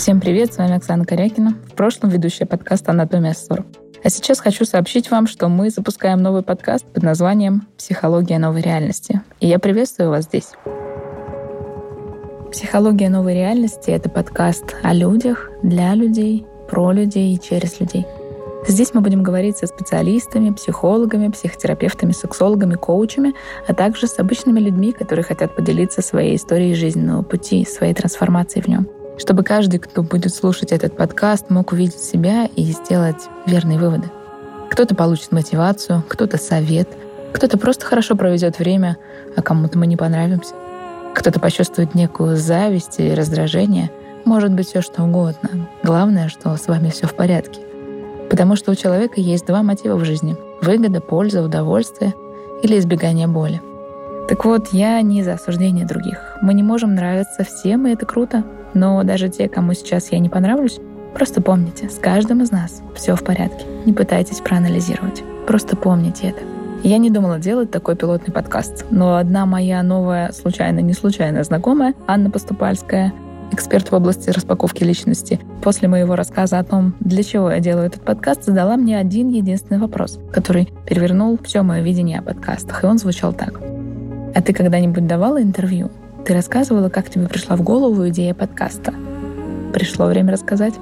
Всем привет, с вами Оксана Корякина, в прошлом ведущая подкаста «Анатомия ссор». А сейчас хочу сообщить вам, что мы запускаем новый подкаст под названием «Психология новой реальности». И я приветствую вас здесь. «Психология новой реальности» — это подкаст о людях, для людей, про людей и через людей. Здесь мы будем говорить со специалистами, психологами, психотерапевтами, сексологами, коучами, а также с обычными людьми, которые хотят поделиться своей историей жизненного пути, своей трансформацией в нем. Чтобы каждый, кто будет слушать этот подкаст, мог увидеть себя и сделать верные выводы. Кто-то получит мотивацию, кто-то совет, кто-то просто хорошо проведет время, а кому-то мы не понравимся. Кто-то почувствует некую зависть и раздражение. Может быть, все что угодно. Главное, что с вами все в порядке. Потому что у человека есть два мотива в жизни: выгода, польза, удовольствие или избегание боли. Так вот, я не за осуждение других. Мы не можем нравиться всем, и это круто. Но даже те, кому сейчас я не понравлюсь, просто помните, с каждым из нас все в порядке. Не пытайтесь проанализировать. Просто помните это. Я не думала делать такой пилотный подкаст, но одна моя новая, не случайно знакомая, Анна Поступальская, эксперт в области распаковки личности, после моего рассказа о том, для чего я делаю этот подкаст, задала мне один единственный вопрос, который перевернул все мое видение о подкастах. И он звучал так. А ты когда-нибудь давала интервью? Ты рассказывала, как тебе пришла в голову идея подкаста? Пришло время рассказать.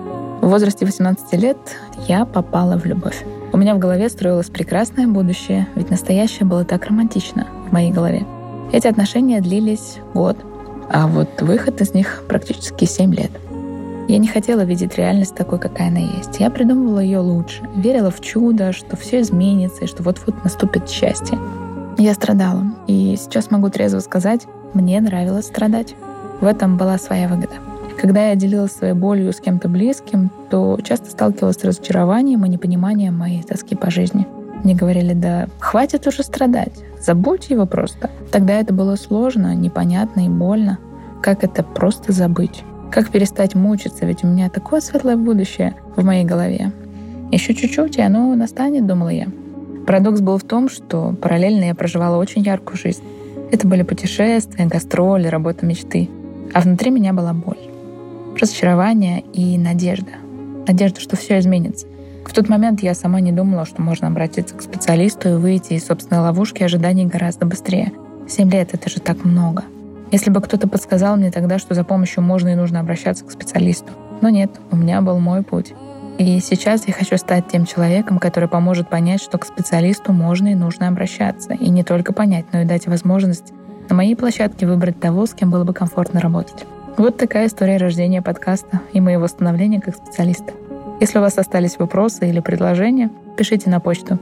В возрасте 18 лет я попала в любовь. У меня в голове строилось прекрасное будущее, ведь настоящее было так романтично в моей голове. Эти отношения длились год, а вот выход из них практически 7 лет. Я не хотела видеть реальность такой, какая она есть. Я придумывала ее лучше, верила в чудо, что все изменится и что вот-вот наступит счастье. Я страдала, и сейчас могу трезво сказать, мне нравилось страдать. В этом была своя выгода. Когда я делилась своей болью с кем-то близким, то часто сталкивалась с разочарованием и непониманием моей тоски по жизни. Мне говорили: да хватит уже страдать, забудь его просто. Тогда это было сложно, непонятно и больно. Как это просто забыть? Как перестать мучиться? Ведь у меня такое светлое будущее в моей голове. Еще чуть-чуть, и оно настанет, думала я. Парадокс был в том, что параллельно я проживала очень яркую жизнь. Это были путешествия, гастроли, работа мечты. А внутри меня была боль, разочарование и надежда. Надежда, что все изменится. В тот момент я сама не думала, что можно обратиться к специалисту и выйти из собственной ловушки ожиданий гораздо быстрее. 7 лет — это же так много. Если бы кто-то подсказал мне тогда, что за помощью можно и нужно обращаться к специалисту. Но нет, у меня был мой путь. И сейчас я хочу стать тем человеком, который поможет понять, что к специалисту можно и нужно обращаться. И не только понять, но и дать возможность на моей площадке выбрать того, с кем было бы комфортно работать. Вот такая история рождения подкаста и моего становления как специалиста. Если у вас остались вопросы или предложения, пишите на почту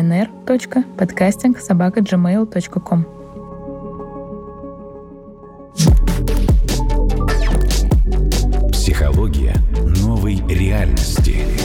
pnr.podcasting@gmail.com. Психология новой реальности.